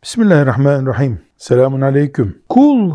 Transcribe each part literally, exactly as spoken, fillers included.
Bismillahirrahmanirrahim. Selamun aleyküm. Kul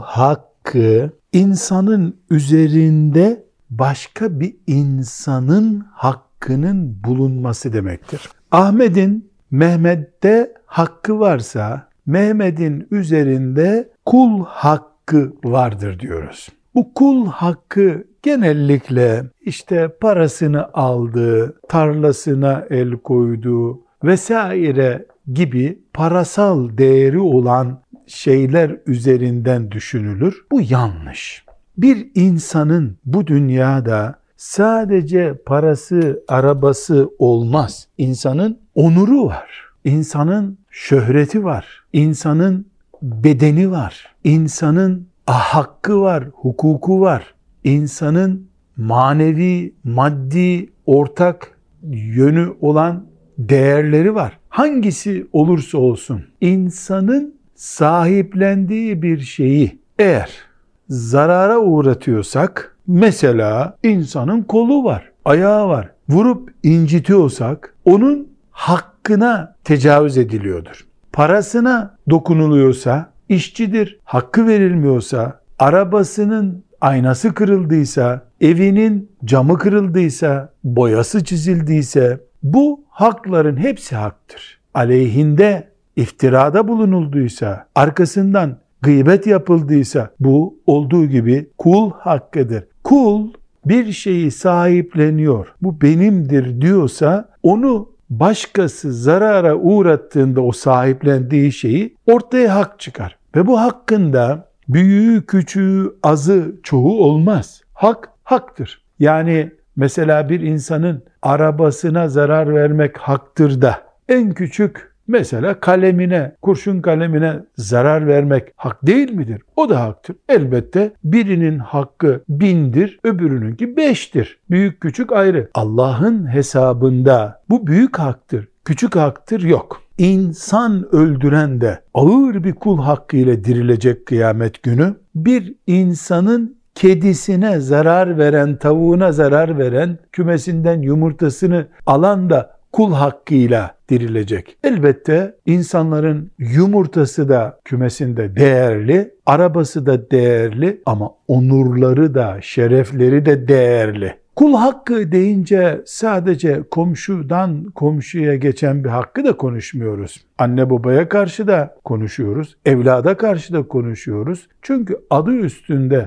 hakkı insanın üzerinde başka bir insanın hakkının bulunması demektir. Ahmet'in Mehmet'te hakkı varsa Mehmet'in üzerinde kul hakkı vardır diyoruz. Bu kul hakkı genellikle işte parasını aldığı, tarlasına el koyduğu vesaire gibi parasal değeri olan şeyler üzerinden düşünülür. Bu yanlış. Bir insanın bu dünyada sadece parası, arabası olmaz. İnsanın onuru var. İnsanın şöhreti var. İnsanın bedeni var. İnsanın hakkı var, hukuku var. İnsanın manevi, maddi, ortak yönü olan değerleri var. Hangisi olursa olsun insanın sahiplendiği bir şeyi eğer zarara uğratıyorsak, mesela insanın kolu var, ayağı var, vurup incitiyorsak onun hakkına tecavüz ediliyordur. Parasına dokunuluyorsa, işçidir, hakkı verilmiyorsa, arabasının aynası kırıldıysa, evinin camı kırıldıysa, boyası çizildiyse, bu hakların hepsi haktır. Aleyhinde iftirada bulunulduysa, arkasından gıybet yapıldıysa bu olduğu gibi kul hakkıdır. Kul bir şeyi sahipleniyor, bu benimdir diyorsa onu başkası zarara uğrattığında o sahiplendiği şeyi ortaya hak çıkar. Ve bu hakkında büyüğü, küçüğü, azı, çoğu olmaz. Hak, haktır. Yani mesela bir insanın arabasına zarar vermek haktır da en küçük mesela kalemine, kurşun kalemine zarar vermek hak değil midir? O da haktır. Elbette birinin hakkı bindir, öbürününki beştir. Büyük küçük ayrı. Allah'ın hesabında bu büyük haktır, küçük haktır yok. İnsan öldüren de ağır bir kul hakkı ile dirilecek kıyamet günü. Bir insanın kedisine zarar veren, tavuğuna zarar veren, kümesinden yumurtasını alan da kul hakkıyla dirilecek. Elbette insanların yumurtası da kümesinde değerli, arabası da değerli ama onurları da, şerefleri de değerli. Kul hakkı deyince sadece komşudan komşuya geçen bir hakkı da konuşmuyoruz. Anne babaya karşı da konuşuyoruz, evlada karşı da konuşuyoruz. Çünkü adı üstünde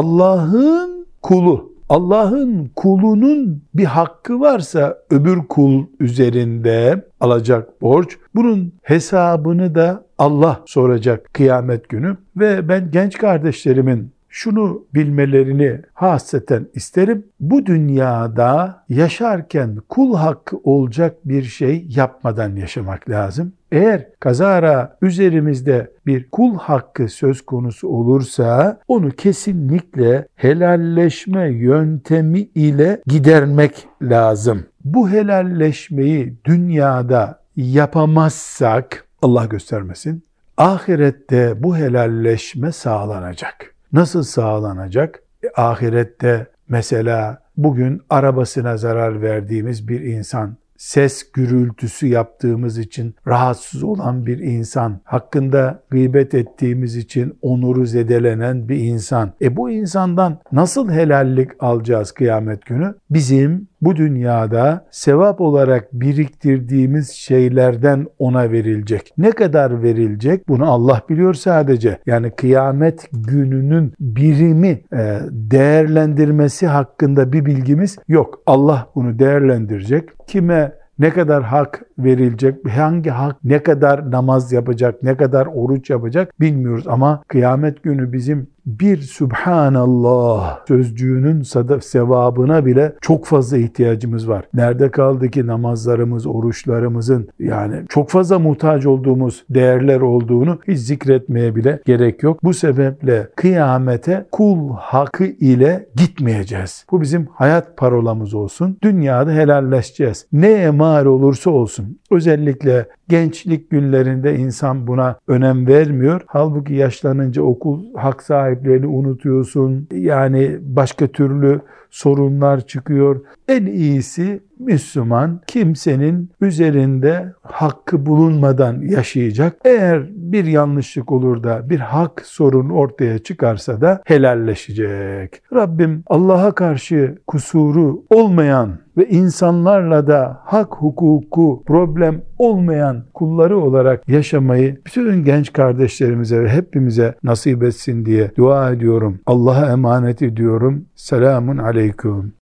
Allah'ın kulu, Allah'ın kulunun bir hakkı varsa öbür kul üzerinde alacak borç, bunun hesabını da Allah soracak kıyamet günü. Ve ben genç kardeşlerimin şunu bilmelerini hasreten isterim. Bu dünyada yaşarken kul hakkı olacak bir şey yapmadan yaşamak lazım. Eğer kazara üzerimizde bir kul hakkı söz konusu olursa onu kesinlikle helalleşme yöntemi ile gidermek lazım. Bu helalleşmeyi dünyada yapamazsak Allah göstermesin, ahirette bu helalleşme sağlanacak. Nasıl sağlanacak? E, ahirette mesela bugün arabasına zarar verdiğimiz bir insan, ses gürültüsü yaptığımız için rahatsız olan bir insan, hakkında gıybet ettiğimiz için onuru zedelenen bir insan. E bu insandan nasıl helallik alacağız kıyamet günü? Bizim bu dünyada sevap olarak biriktirdiğimiz şeylerden ona verilecek. Ne kadar verilecek? Bunu Allah biliyor sadece. Yani kıyamet gününün birimi, e, değerlendirmesi hakkında bir bilgimiz yok. Allah bunu değerlendirecek. Kime ne kadar hak verilecek, hangi hak ne kadar namaz yapacak, ne kadar oruç yapacak bilmiyoruz. Ama kıyamet günü bizim bir Subhanallah sözcüğünün sevabına bile çok fazla ihtiyacımız var. Nerede kaldı ki namazlarımız, oruçlarımızın, yani çok fazla muhtaç olduğumuz değerler olduğunu hiç zikretmeye bile gerek yok. Bu sebeple kıyamete kul hakkı ile gitmeyeceğiz. Bu bizim hayat parolamız olsun. Dünyada helalleşeceğiz. Ne mal olursa olsun. Özellikle gençlik günlerinde insan buna önem vermiyor. Halbuki yaşlanınca okul hak sahibi sahiplerini unutuyorsun. Yani başka türlü sorunlar çıkıyor. En iyisi Müslüman kimsenin üzerinde hakkı bulunmadan yaşayacak. Eğer bir yanlışlık olur da bir hak sorun ortaya çıkarsa da helalleşecek. Rabbim Allah'a karşı kusuru olmayan ve insanlarla da hak hukuku problem olmayan kulları olarak yaşamayı bütün genç kardeşlerimize ve hepimize nasip etsin diye dua ediyorum. Allah'a emanet ediyorum. Selamun aleyküm.